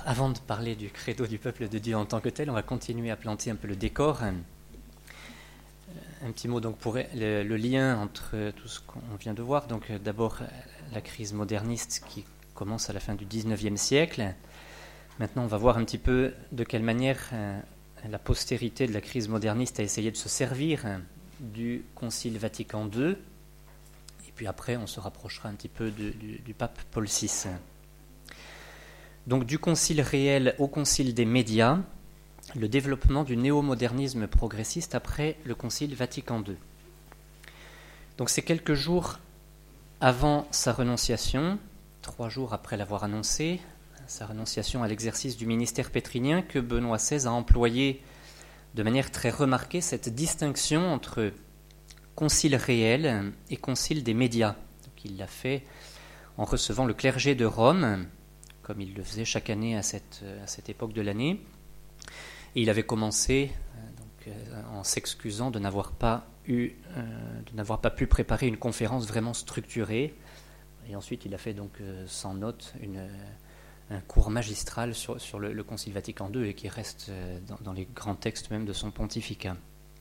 avant de parler du credo du peuple de Dieu en tant que tel, on va continuer à planter un peu le décor. Un petit mot donc pour le lien entre tout ce qu'on vient de voir. Donc d'abord la crise moderniste qui commence à la fin du XIXe siècle. Maintenant, on va voir un petit peu de quelle manière la postérité de la crise moderniste a essayé de se servir du Concile Vatican II. Et puis après, on se rapprochera un petit peu du pape Paul VI. Donc du concile réel au concile des médias, le développement du néo-modernisme progressiste après le concile Vatican II. Donc c'est quelques jours avant sa renonciation, 3 jours après l'avoir annoncé, sa renonciation à l'exercice du ministère pétrinien, que Benoît XVI a employé de manière très remarquée cette distinction entre concile réel et concile des médias. Donc il l'a fait en recevant le clergé de Rome, comme il le faisait chaque année à cette époque de l'année. Et il avait commencé en s'excusant de n'avoir pas pu préparer une conférence vraiment structurée. Et ensuite, il a fait donc sans note un cours magistral sur le Concile Vatican II et qui reste dans les grands textes même de son pontificat.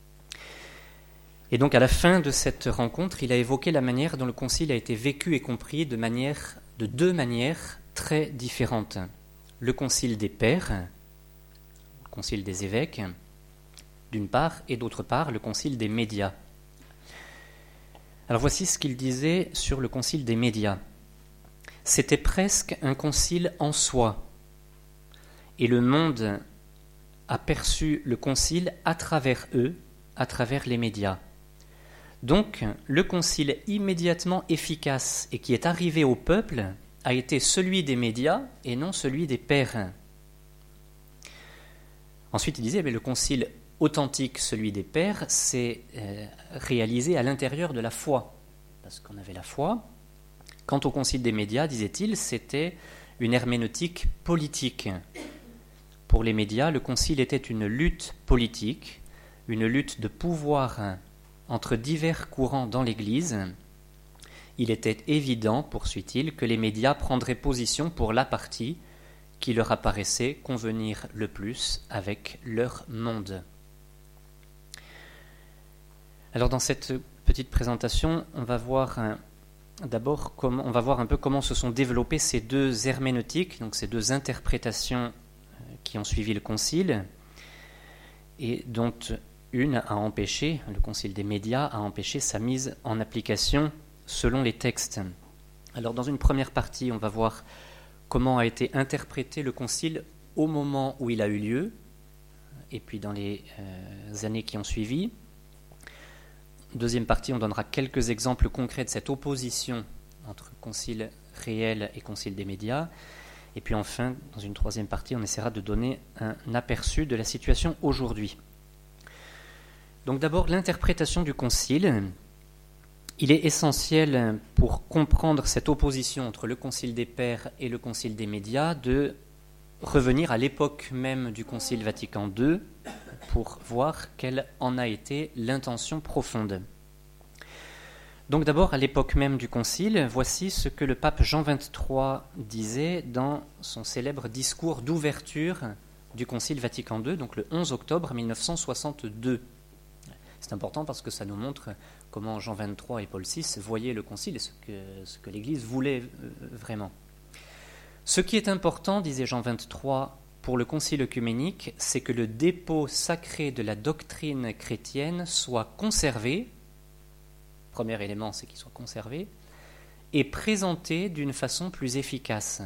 Et donc à la fin de cette rencontre, il a évoqué la manière dont le Concile a été vécu et compris de 2 manières très différentes. Le Concile des pères, le Concile des évêques, d'une part, et d'autre part, le Concile des médias. Alors voici ce qu'il disait sur le Concile des médias. C'était presque un concile en soi, et le monde a perçu le concile à travers eux, à travers les médias. Donc, le concile immédiatement efficace et qui est arrivé au peuple a été celui des médias et non celui des pères. Ensuite, il disait, mais le concile authentique, celui des pères, s'est réalisé à l'intérieur de la foi, parce qu'on avait la foi. Quant au concile des médias, disait-il, c'était une herméneutique politique. Pour les médias, le concile était une lutte politique, une lutte de pouvoir entre divers courants dans l'Église. Il était évident, poursuit-il, que les médias prendraient position pour la partie qui leur apparaissait convenir le plus avec leur monde. Alors dans cette petite présentation, on va voir d'abord un peu comment se sont développées ces 2 herméneutiques, donc ces 2 interprétations qui ont suivi le concile, et dont une a empêché, le concile des médias a empêché sa mise en application selon les textes. Alors dans une première partie, on va voir comment a été interprété le concile au moment où il a eu lieu, et puis dans les années qui ont suivi. Deuxième partie, on donnera quelques exemples concrets de cette opposition entre concile réel et concile des médias. Et puis enfin, dans une troisième partie, on essaiera de donner un aperçu de la situation aujourd'hui. Donc d'abord, l'interprétation du concile. Il est essentiel pour comprendre cette opposition entre le concile des pères et le concile des médias de revenir à l'époque même du concile Vatican II pour voir quelle en a été l'intention profonde. Donc d'abord, à l'époque même du concile, voici ce que le pape Jean XXIII disait dans son célèbre discours d'ouverture du concile Vatican II, donc le 11 octobre 1962. C'est important parce que ça nous montre comment Jean XXIII et Paul VI voyaient le concile et ce que l'Église voulait vraiment. Ce qui est important, disait Jean XXIII, pour le concile œcuménique, c'est que le dépôt sacré de la doctrine chrétienne soit conservé, premier élément, c'est qu'il soit conservé, et présenté d'une façon plus efficace.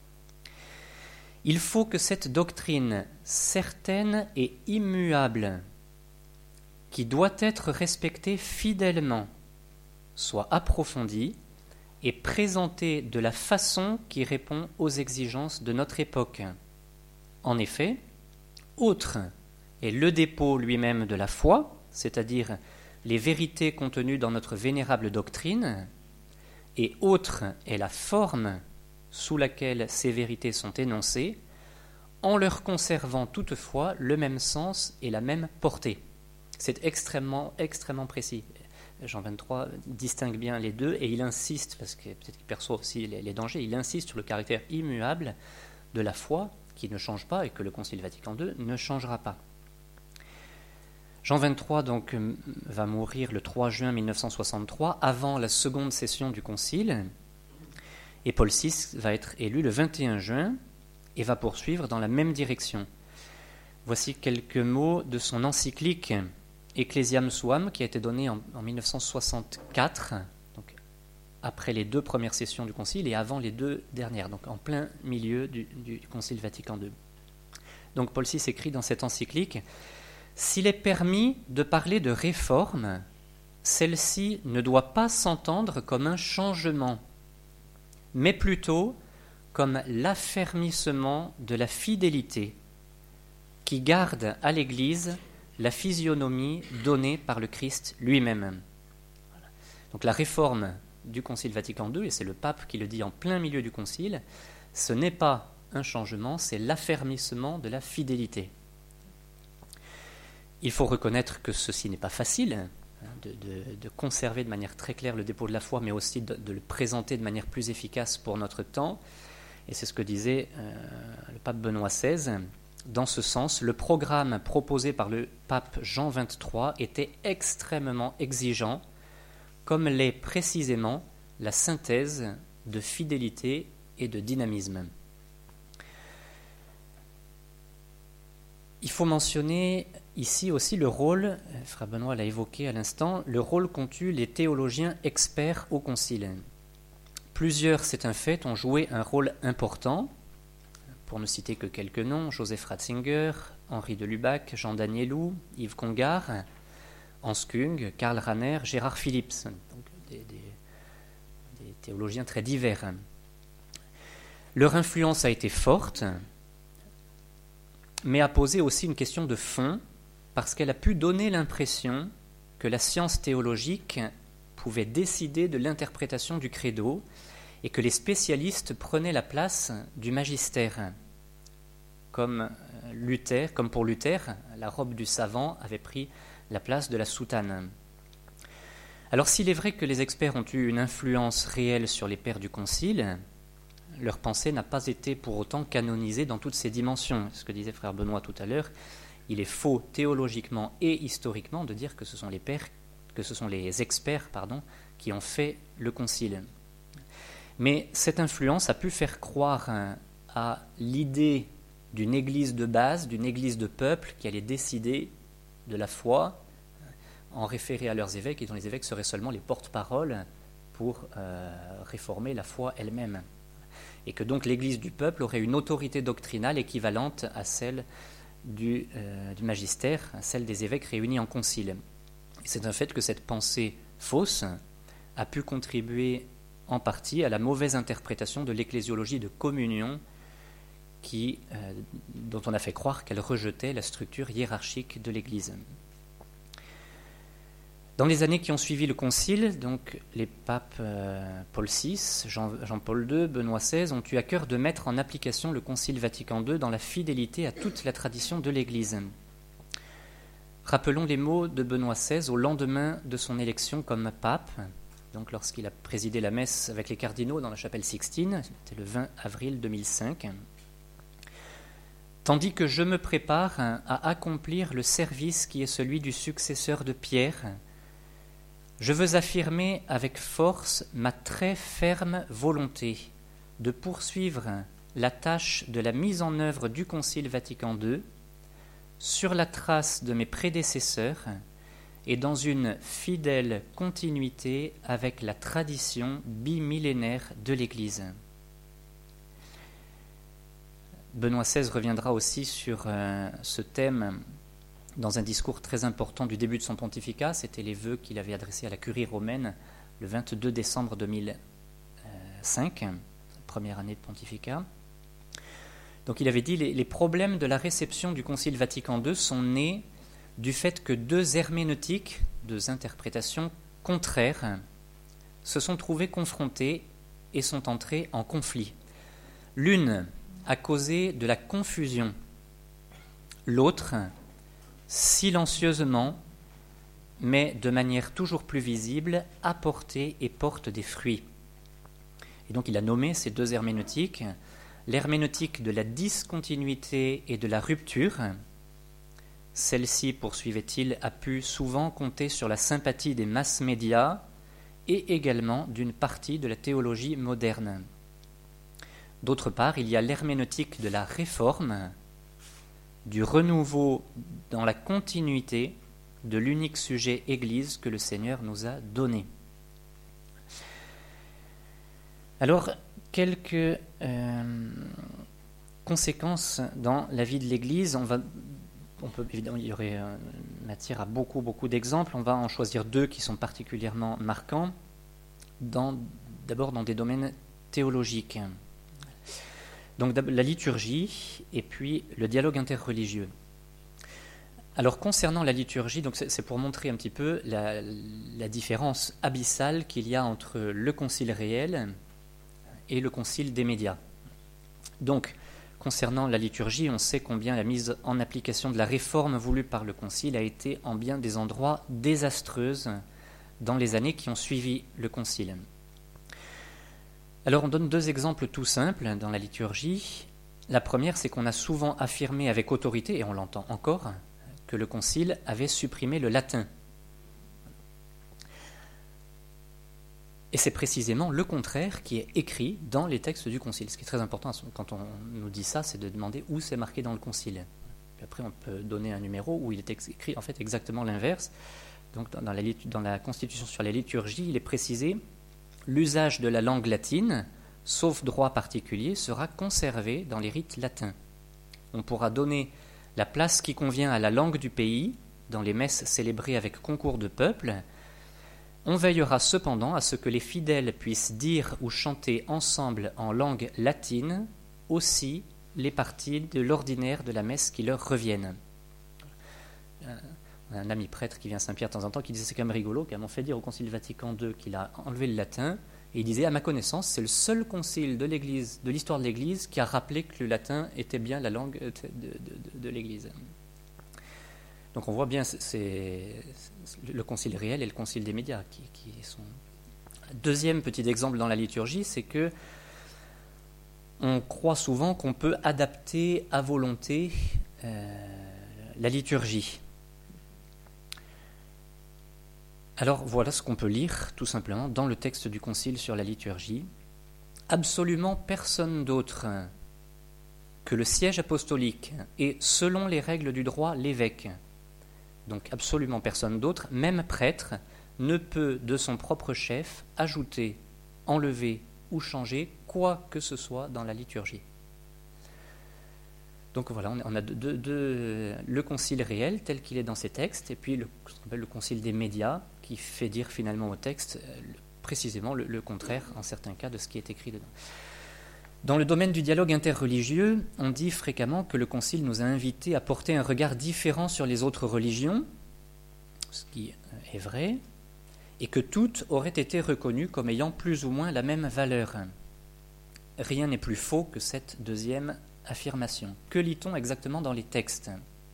Il faut que cette doctrine certaine et immuable, qui doit être respectée fidèlement, soit approfondie et présentée de la façon qui répond aux exigences de notre époque. En effet, autre est le dépôt lui-même de la foi, c'est-à-dire les vérités contenues dans notre vénérable doctrine, et autre est la forme sous laquelle ces vérités sont énoncées, en leur conservant toutefois le même sens et la même portée. C'est extrêmement précis. Jean XXIII distingue bien les deux et il insiste, parce que peut-être qu'il perçoit aussi les dangers, il insiste sur le caractère immuable de la foi qui ne change pas et que le Concile Vatican II ne changera pas. Jean XXIII donc, va mourir le 3 juin 1963, avant la seconde session du Concile, et Paul VI va être élu le 21 juin et va poursuivre dans la même direction. Voici quelques mots de son encyclique Ecclesiam Suam, qui a été donnée en 1964, donc après les 2 premières sessions du Concile et avant les 2 dernières, donc en plein milieu du Concile Vatican II. Donc Paul VI écrit dans cette encyclique: « S'il est permis de parler de réforme, celle-ci ne doit pas s'entendre comme un changement, mais plutôt comme l'affermissement de la fidélité qui garde à l'Église la physionomie donnée par le Christ lui-même. » Voilà. Donc la réforme du Concile Vatican II, et c'est le pape qui le dit en plein milieu du Concile, ce n'est pas un changement, c'est l'affermissement de la fidélité. Il faut reconnaître que ceci n'est pas facile, de conserver de manière très claire le dépôt de la foi, mais aussi de le présenter de manière plus efficace pour notre temps. Et c'est ce que disait le pape Benoît XVI. Dans ce sens, le programme proposé par le pape Jean XXIII était extrêmement exigeant, comme l'est précisément la synthèse de fidélité et de dynamisme. Il faut mentionner ici aussi le rôle, frère Benoît l'a évoqué à l'instant, le rôle qu'ont eu les théologiens experts au Concile. Plusieurs, c'est un fait, ont joué un rôle important. Pour ne citer que quelques noms: Joseph Ratzinger, Henri de Lubac, Jean Danielou, Yves Congar, Hans Küng, Karl Rahner, Gérard Phillips, donc des théologiens très divers. Leur influence a été forte, mais a posé aussi une question de fond, parce qu'elle a pu donner l'impression que la science théologique pouvait décider de l'interprétation du credo et que les spécialistes prenaient la place du magistère. Comme pour Luther, la robe du savant avait pris la place de la soutane. Alors s'il est vrai que les experts ont eu une influence réelle sur les pères du Concile, leur pensée n'a pas été pour autant canonisée dans toutes ses dimensions. Ce que disait frère Benoît tout à l'heure, il est faux théologiquement et historiquement de dire que ce sont les experts qui ont fait le Concile. Mais cette influence a pu faire croire à l'idée d'une église de base, d'une église de peuple qui allait décider de la foi, en référer à leurs évêques, et dont les évêques seraient seulement les porte-paroles pour réformer la foi elle-même. Et que donc l'église du peuple aurait une autorité doctrinale équivalente à celle du magistère, à celle des évêques réunis en concile. Et c'est un fait que cette pensée fausse a pu contribuer en partie à la mauvaise interprétation de l'ecclésiologie de communion dont on a fait croire qu'elle rejetait la structure hiérarchique de l'Église. Dans les années qui ont suivi le Concile, donc les papes Paul VI, Jean-Paul II, Benoît XVI ont eu à cœur de mettre en application le Concile Vatican II dans la fidélité à toute la tradition de l'Église. Rappelons les mots de Benoît XVI au lendemain de son élection comme pape, donc lorsqu'il a présidé la messe avec les cardinaux dans la chapelle Sixtine, c'était le 20 avril 2005. Tandis que je me prépare à accomplir le service qui est celui du successeur de Pierre, je veux affirmer avec force ma très ferme volonté de poursuivre la tâche de la mise en œuvre du Concile Vatican II sur la trace de mes prédécesseurs et dans une fidèle continuité avec la tradition bimillénaire de l'Église. Benoît XVI reviendra aussi sur ce thème dans un discours très important du début de son pontificat. C'était les vœux qu'il avait adressés à la curie romaine le 22 décembre 2005, première année de pontificat. Donc il avait dit les problèmes de la réception du Concile Vatican II sont nés du fait que deux herméneutiques, deux interprétations contraires, se sont trouvées confrontées et sont entrées en conflit. L'une a causé de la confusion, l'autre, silencieusement, mais de manière toujours plus visible, a porté et porte des fruits. Et donc il a nommé ces deux herméneutiques l'herméneutique de la discontinuité et de la rupture. Celle-ci, poursuivait-il, a pu souvent compter sur la sympathie des masses médias et également d'une partie de la théologie moderne. D'autre part, il y a l'herméneutique de la réforme, du renouveau dans la continuité de l'unique sujet Église que le Seigneur nous a donné. Alors, quelques conséquences dans la vie de l'Église. Évidemment, il y aurait matière à beaucoup d'exemples. On va en choisir deux qui sont particulièrement marquants, d'abord dans des domaines théologiques. Donc la liturgie et puis le dialogue interreligieux. Alors concernant la liturgie, donc c'est pour montrer un petit peu la différence abyssale qu'il y a entre le concile réel et le concile des médias. Donc, concernant la liturgie, on sait combien la mise en application de la réforme voulue par le concile a été en bien des endroits désastreuse dans les années qui ont suivi le concile. Alors on donne deux exemples tout simples dans la liturgie. La première, c'est qu'on a souvent affirmé avec autorité, et on l'entend encore, que le concile avait supprimé le latin. Et c'est précisément le contraire qui est écrit dans les textes du concile. Ce qui est très important quand on nous dit ça, c'est de demander où c'est marqué dans le concile. Puis après, on peut donner un numéro où il est écrit en fait exactement l'inverse. Donc dans la Constitution sur la liturgie, il est précisé « L'usage de la langue latine, sauf droit particulier, sera conservé dans les rites latins. On pourra donner la place qui convient à la langue du pays dans les messes célébrées avec concours de peuple. On veillera cependant à ce que les fidèles puissent dire ou chanter ensemble en langue latine aussi les parties de l'ordinaire de la messe qui leur reviennent. » Un ami prêtre qui vient à Saint-Pierre de temps en temps qui disait, c'est quand même rigolo, car on fait dire au Concile Vatican II qu'il a enlevé le latin, et il disait, à ma connaissance, c'est le seul concile de l'Église, de l'histoire de l'Église, qui a rappelé que le latin était bien la langue de l'Église. Donc on voit bien, c'est le concile réel et le concile des médias qui sont... Deuxième petit exemple dans la liturgie, c'est que on croit souvent qu'on peut adapter à volonté la liturgie. Alors voilà ce qu'on peut lire tout simplement dans le texte du Concile sur la liturgie. Absolument personne d'autre que le siège apostolique et selon les règles du droit l'évêque, donc absolument personne d'autre, même prêtre, ne peut de son propre chef ajouter, enlever ou changer quoi que ce soit dans la liturgie. Donc voilà, on a le concile réel tel qu'il est dans ces textes, et puis ce qu'on appelle le concile des médias, qui fait dire finalement au texte précisément le contraire, en certains cas, de ce qui est écrit dedans. Dans le domaine du dialogue interreligieux, on dit fréquemment que le concile nous a invités à porter un regard différent sur les autres religions, ce qui est vrai, et que toutes auraient été reconnues comme ayant plus ou moins la même valeur. Rien n'est plus faux que cette deuxième affirmation. Que lit-on exactement dans les textes ?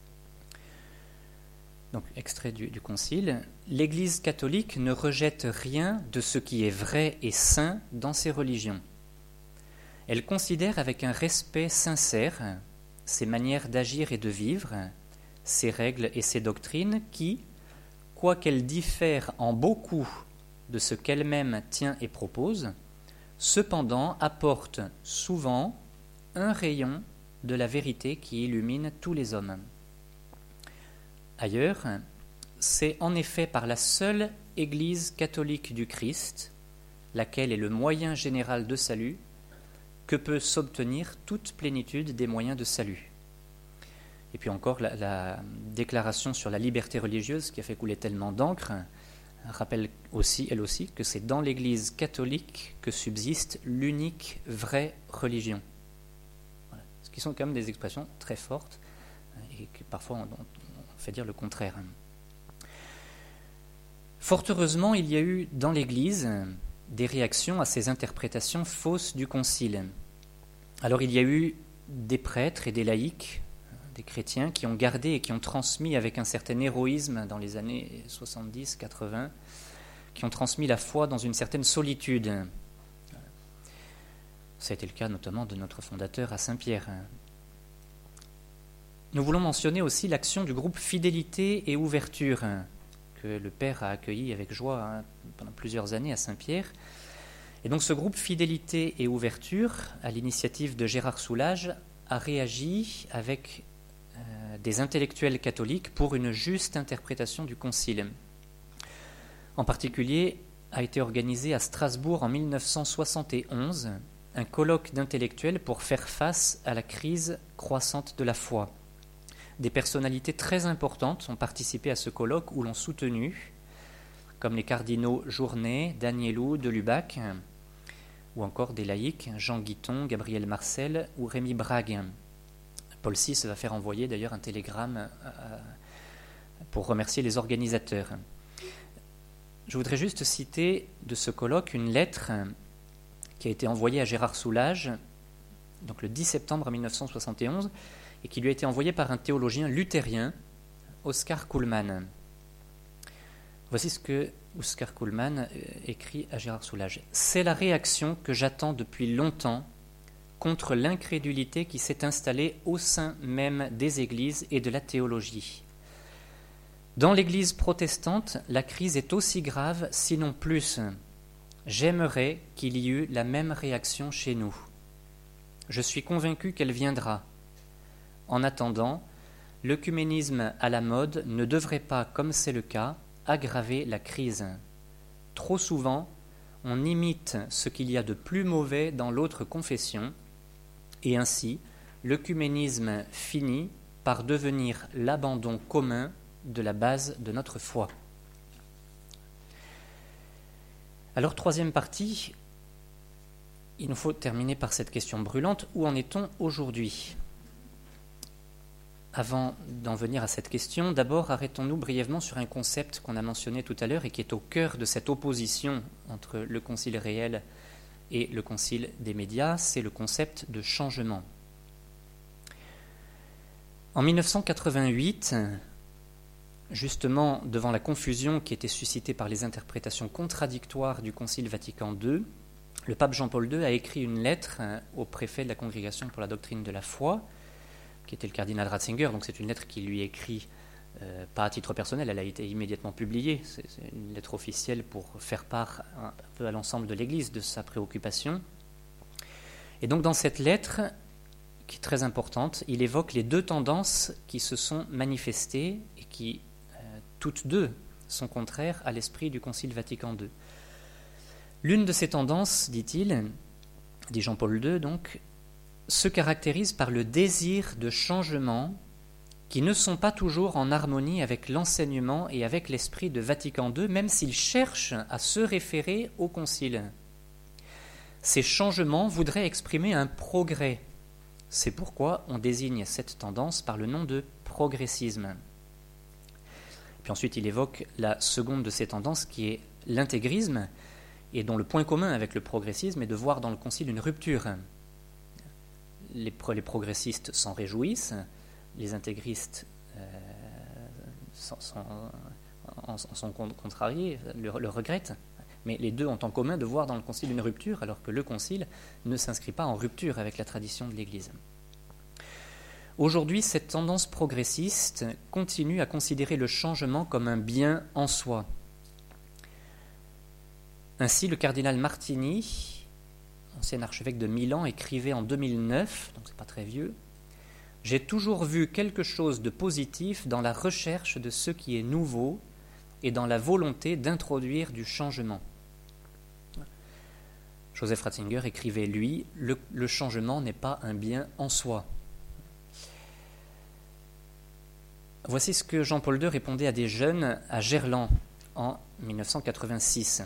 Donc, extrait du Concile. L'Église catholique ne rejette rien de ce qui est vrai et saint dans ses religions. Elle considère avec un respect sincère ses manières d'agir et de vivre, ses règles et ses doctrines qui, quoiqu'elles diffèrent en beaucoup de ce qu'elle-même tient et propose, cependant apportent souvent un rayon de la vérité qui illumine tous les hommes. Ailleurs, c'est en effet par la seule Église catholique du Christ, laquelle est le moyen général de salut, que peut s'obtenir toute plénitude des moyens de salut. Et puis encore, la déclaration sur la liberté religieuse qui a fait couler tellement d'encre rappelle aussi, elle aussi, que c'est dans l'Église catholique que subsiste l'unique vraie religion. Voilà. Ce qui sont quand même des expressions très fortes et que parfois on fait dire le contraire. Fort heureusement, il y a eu dans l'Église des réactions à ces interprétations fausses du Concile. Alors il y a eu des prêtres et des laïcs, des chrétiens qui ont gardé et qui ont transmis avec un certain héroïsme dans les années 70-80, qui ont transmis la foi dans une certaine solitude. Ça a été le cas notamment de notre fondateur à Saint-Pierre. Nous voulons mentionner aussi l'action du groupe Fidélité et Ouverture, que le Père a accueilli avec joie pendant plusieurs années à Saint-Pierre. Et donc ce groupe Fidélité et Ouverture, à l'initiative de Gérard Soulages, a réagi avec des intellectuels catholiques pour une juste interprétation du Concile. En particulier, a été organisé à Strasbourg en 1971 un colloque d'intellectuels pour faire face à la crise croissante de la foi. Des personnalités très importantes ont participé à ce colloque ou l'ont soutenu, comme les cardinaux Journet, Danielou, de Lubac, ou encore des laïcs, Jean Guiton, Gabriel Marcel ou Rémi Brague. Paul VI va faire envoyer d'ailleurs un télégramme pour remercier les organisateurs. Je voudrais juste citer de ce colloque une lettre qui a été envoyée à Gérard Soulages, donc le 10 septembre 1971, et qui lui a été envoyée par un théologien luthérien, Oskar Kuhlmann. Voici ce que Oskar Kuhlmann écrit à Gérard Soulages. « C'est la réaction que j'attends depuis longtemps contre l'incrédulité qui s'est installée au sein même des églises et de la théologie. Dans l'Église protestante, la crise est aussi grave, sinon plus. J'aimerais qu'il y eût la même réaction chez nous. Je suis convaincu qu'elle viendra. En attendant, l'œcuménisme à la mode ne devrait pas, comme c'est le cas, aggraver la crise. Trop souvent, on imite ce qu'il y a de plus mauvais dans l'autre confession, et ainsi, l'œcuménisme finit par devenir l'abandon commun de la base de notre foi. » Alors, troisième partie, il nous faut terminer par cette question brûlante. Où en est-on aujourd'hui ? Avant d'en venir à cette question, d'abord arrêtons-nous brièvement sur un concept qu'on a mentionné tout à l'heure et qui est au cœur de cette opposition entre le concile réel et le concile des médias, c'est le concept de changement. En 1988, justement devant la confusion qui était suscitée par les interprétations contradictoires du Concile Vatican II, le pape Jean-Paul II a écrit une lettre au préfet de la Congrégation pour la doctrine de la foi, qui était le cardinal Ratzinger. Donc c'est une lettre qui lui écrit pas à titre personnel, elle a été immédiatement publiée. C'est une lettre officielle pour faire part un peu à l'ensemble de l'Église de sa préoccupation. Et donc dans cette lettre, qui est très importante, il évoque les deux tendances qui se sont manifestées et qui, toutes deux, sont contraires à l'esprit du Concile Vatican II. L'une de ces tendances, dit-il, dit Jean-Paul II donc, se caractérise par le désir de changement qui ne sont pas toujours en harmonie avec l'enseignement et avec l'esprit de Vatican II, même s'ils cherchent à se référer au Concile. Ces changements voudraient exprimer un progrès. C'est pourquoi on désigne cette tendance par le nom de progressisme. Puis ensuite, il évoque la seconde de ces tendances qui est l'intégrisme, et dont le point commun avec le progressisme est de voir dans le Concile une rupture. Les progressistes s'en réjouissent, les intégristes en sont contrariés, le regrettent, mais les deux ont en commun de voir dans le Concile une rupture, alors que le Concile ne s'inscrit pas en rupture avec la tradition de l'Église. Aujourd'hui, cette tendance progressiste continue à considérer le changement comme un bien en soi. Ainsi, le cardinal Martini, ancien archevêque de Milan, écrivait en 2009, donc c'est pas très vieux, « J'ai toujours vu quelque chose de positif dans la recherche de ce qui est nouveau et dans la volonté d'introduire du changement. » Joseph Ratzinger écrivait, lui, « Le changement n'est pas un bien en soi. » Voici ce que Jean-Paul II répondait à des jeunes à Gerland en 1986.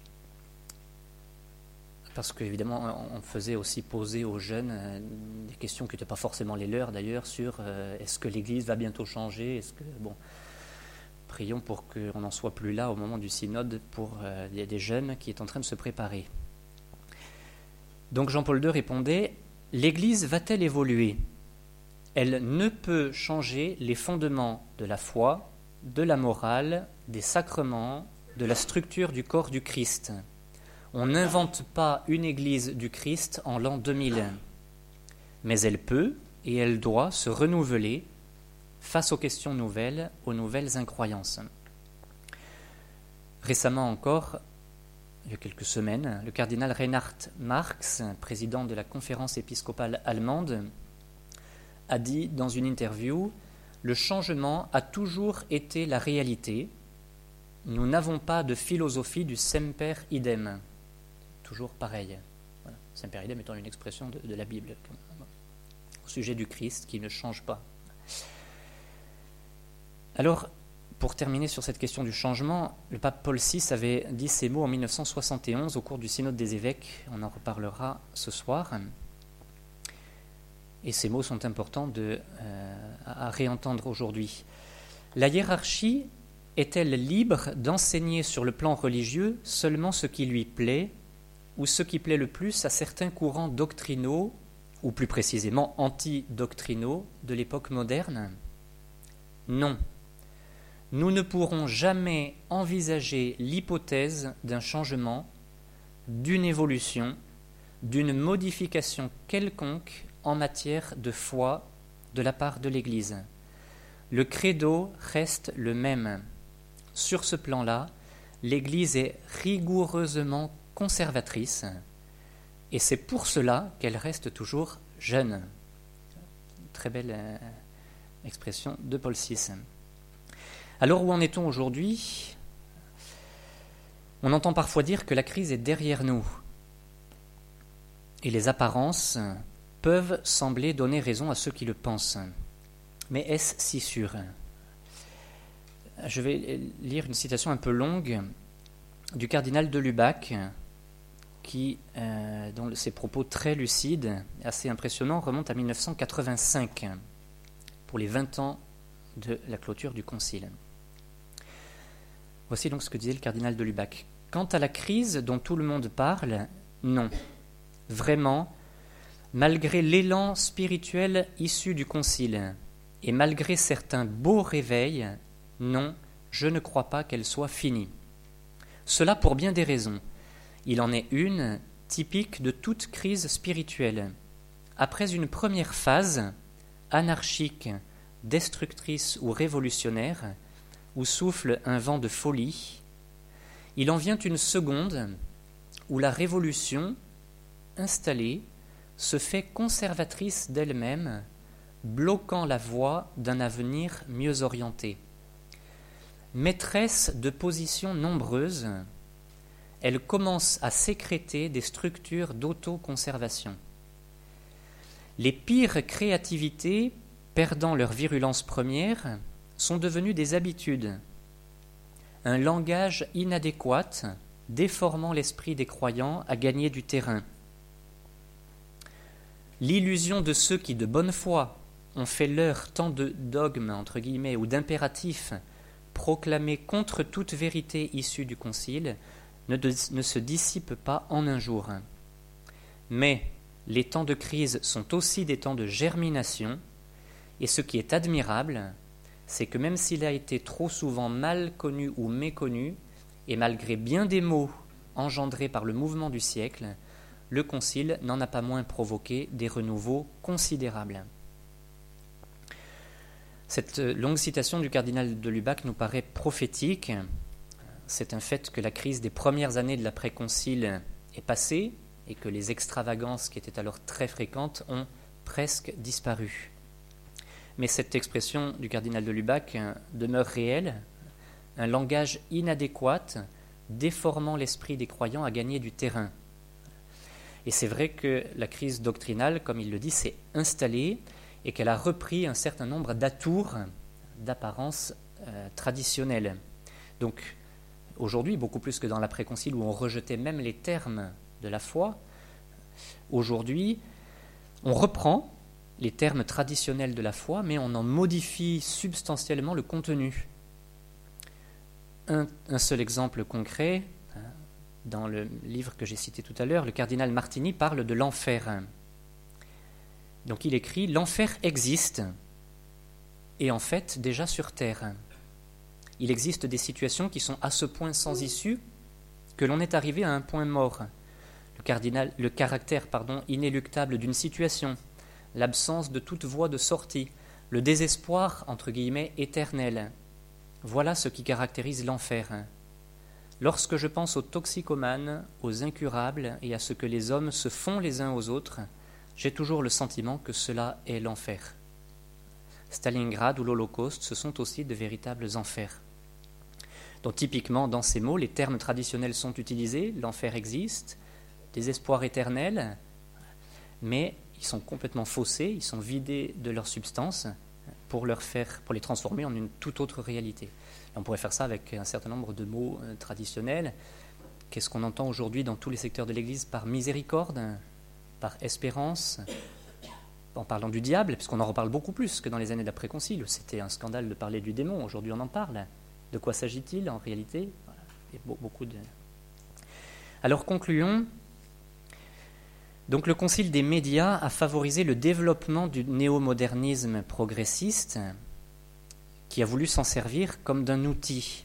Parce qu'évidemment, on faisait aussi poser aux jeunes des questions qui n'étaient pas forcément les leurs d'ailleurs, sur est-ce que l'Église va bientôt changer ? Prions pour qu'on n'en soit plus là au moment du synode pour des jeunes qui est en train de se préparer. Donc Jean-Paul II répondait, « L'Église va-t-elle évoluer ? Elle ne peut changer les fondements de la foi, de la morale, des sacrements, de la structure du corps du Christ. On n'invente pas une Église du Christ en l'an 2000, mais elle peut et elle doit se renouveler face aux questions nouvelles, aux nouvelles incroyances. Récemment encore, il y a quelques semaines, le cardinal Reinhard Marx, président de la conférence épiscopale allemande, a dit dans une interview « Le changement a toujours été la réalité. Nous n'avons pas de philosophie du semper idem. » Toujours pareil. Voilà. Semper idem étant une expression de la Bible au sujet du Christ qui ne change pas. Alors, pour terminer sur cette question du changement, le pape Paul VI avait dit ces mots en 1971 au cours du synode des évêques. On en reparlera ce soir. Et ces mots sont importants à réentendre aujourd'hui. La hiérarchie est-elle libre d'enseigner sur le plan religieux seulement ce qui lui plaît ou ce qui plaît le plus à certains courants doctrinaux, ou plus précisément anti-doctrinaux, de l'époque moderne ? Non. Nous ne pourrons jamais envisager l'hypothèse d'un changement, d'une évolution, d'une modification quelconque en matière de foi de la part de l'Église. Le credo reste le même. Sur ce plan-là, l'Église est rigoureusement conservatrice et c'est pour cela qu'elle reste toujours jeune. Très belle expression de Paul VI. Alors où en est-on aujourd'hui ? On entend parfois dire que la crise est derrière nous et les apparences peuvent sembler donner raison à ceux qui le pensent. Mais est-ce si sûr ? Je vais lire une citation un peu longue du cardinal de Lubac, dont ses propos très lucides, assez impressionnants, remontent à 1985, pour les 20 ans de la clôture du Concile. Voici donc ce que disait le cardinal de Lubac. « Quant à la crise dont tout le monde parle, non. Vraiment, malgré l'élan spirituel issu du Concile, et malgré certains beaux réveils, non, je ne crois pas qu'elle soit finie. Cela pour bien des raisons. Il en est une typique de toute crise spirituelle. Après une première phase, anarchique, destructrice ou révolutionnaire, où souffle un vent de folie, il en vient une seconde où la révolution, installée, se fait conservatrice d'elle-même, bloquant la voie d'un avenir mieux orienté. Maîtresse de positions nombreuses, elle commence à sécréter des structures d'autoconservation. Les pires créativités, perdant leur virulence première, sont devenues des habitudes. Un langage inadéquat, déformant l'esprit des croyants, a gagné du terrain. L'illusion de ceux qui, de bonne foi, ont fait leur tant de dogmes, entre guillemets, ou d'impératifs proclamés contre toute vérité issue du Concile ne se dissipe pas en un jour. Mais les temps de crise sont aussi des temps de germination, et ce qui est admirable, c'est que même s'il a été trop souvent mal connu ou méconnu, et malgré bien des maux engendrés par le mouvement du siècle, le Concile n'en a pas moins provoqué des renouveaux considérables. Cette longue citation du cardinal de Lubac nous paraît prophétique. C'est un fait que la crise des premières années de l'après-concile est passée et que les extravagances qui étaient alors très fréquentes ont presque disparu. Mais cette expression du cardinal de Lubac demeure réelle. Un langage inadéquat, déformant l'esprit des croyants, a gagné du terrain. Et c'est vrai que la crise doctrinale, comme il le dit, s'est installée et qu'elle a repris un certain nombre d'atours, d'apparences traditionnelles. Donc, aujourd'hui, beaucoup plus que dans l'après-concile où on rejetait même les termes de la foi, aujourd'hui, on reprend les termes traditionnels de la foi, mais on en modifie substantiellement le contenu. Un seul exemple concret, dans le livre que j'ai cité tout à l'heure, le cardinal Martini parle de l'enfer. Donc il écrit « L'enfer existe, et en fait déjà sur terre. Il existe des situations qui sont à ce point sans issue que l'on est arrivé à un point mort, le caractère inéluctable d'une situation, l'absence de toute voie de sortie, le désespoir, entre guillemets, éternel. Voilà ce qui caractérise l'enfer. Lorsque je pense aux toxicomanes, aux incurables et à ce que les hommes se font les uns aux autres, j'ai toujours le sentiment que cela est l'enfer. Stalingrad ou l'Holocauste, ce sont aussi de véritables enfers. Donc typiquement, dans ces mots, les termes traditionnels sont utilisés, l'enfer existe, désespoir éternel, mais ils sont complètement faussés, ils sont vidés de leur substance pour les transformer en une toute autre réalité. Et on pourrait faire ça avec un certain nombre de mots traditionnels. Qu'est-ce qu'on entend aujourd'hui dans tous les secteurs de l'Église par miséricorde, par espérance, en parlant du diable, puisqu'on en reparle beaucoup plus que dans les années d'après-concile. C'était un scandale de parler du démon, aujourd'hui on en parle. De quoi s'agit-il en réalité? Voilà. Il y a beaucoup de... Alors concluons. Donc le Concile des médias a favorisé le développement du néo-modernisme progressiste qui a voulu s'en servir comme d'un outil.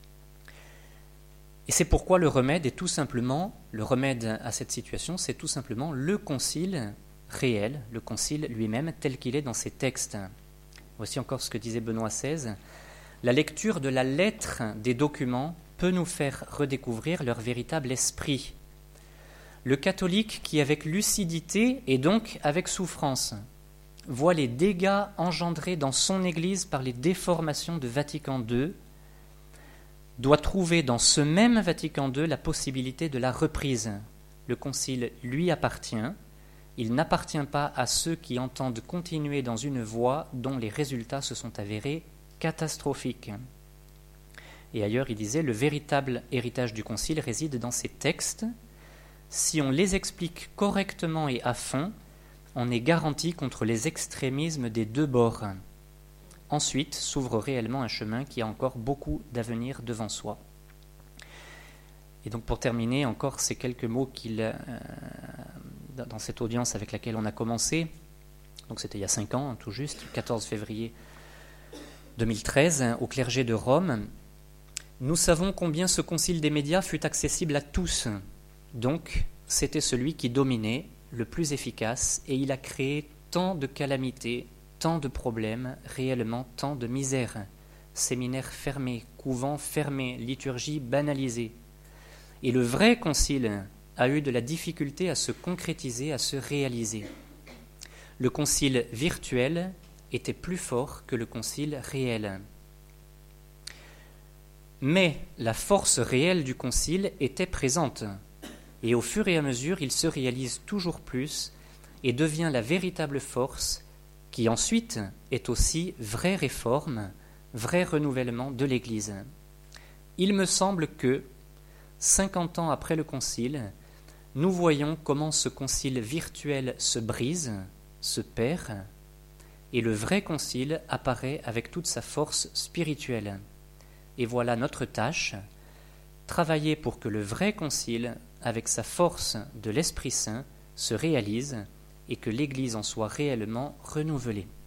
Et c'est pourquoi le remède à cette situation, c'est tout simplement le Concile réel, le Concile lui-même tel qu'il est dans ses textes. Voici encore ce que disait Benoît XVI. La lecture de la lettre des documents peut nous faire redécouvrir leur véritable esprit. Le catholique qui, avec lucidité et donc avec souffrance, voit les dégâts engendrés dans son Église par les déformations de Vatican II, doit trouver dans ce même Vatican II la possibilité de la reprise. Le Concile lui appartient, il n'appartient pas à ceux qui entendent continuer dans une voie dont les résultats se sont avérés catastrophiques. Et ailleurs, il disait, le véritable héritage du Concile réside dans ces textes. Si on les explique correctement et à fond, on est garanti contre les extrémismes des deux bords. Ensuite s'ouvre réellement un chemin qui a encore beaucoup d'avenir devant soi. Et donc pour terminer, encore ces quelques mots dans cette audience avec laquelle on a commencé, donc c'était il y a 5 ans, tout juste, le 14 février 2013, au clergé de Rome. Nous savons combien ce concile des médias fut accessible à tous. Donc, c'était celui qui dominait, le plus efficace, et il a créé tant de calamités, tant de problèmes, réellement tant de misère. Séminaires fermés, couvents fermés, liturgie banalisée. Et le vrai concile a eu de la difficulté à se concrétiser, à se réaliser. Le concile virtuel était plus fort que le concile réel. Mais la force réelle du concile était présente. Et au fur et à mesure, il se réalise toujours plus et devient la véritable force qui ensuite est aussi vraie réforme, vrai renouvellement de l'Église. Il me semble que, 50 ans après le concile, nous voyons comment ce concile virtuel se brise, se perd, et le vrai concile apparaît avec toute sa force spirituelle. Et voilà notre tâche, travailler pour que le vrai concile, avec sa force de l'Esprit Saint, se réalise et que l'Église en soit réellement renouvelée.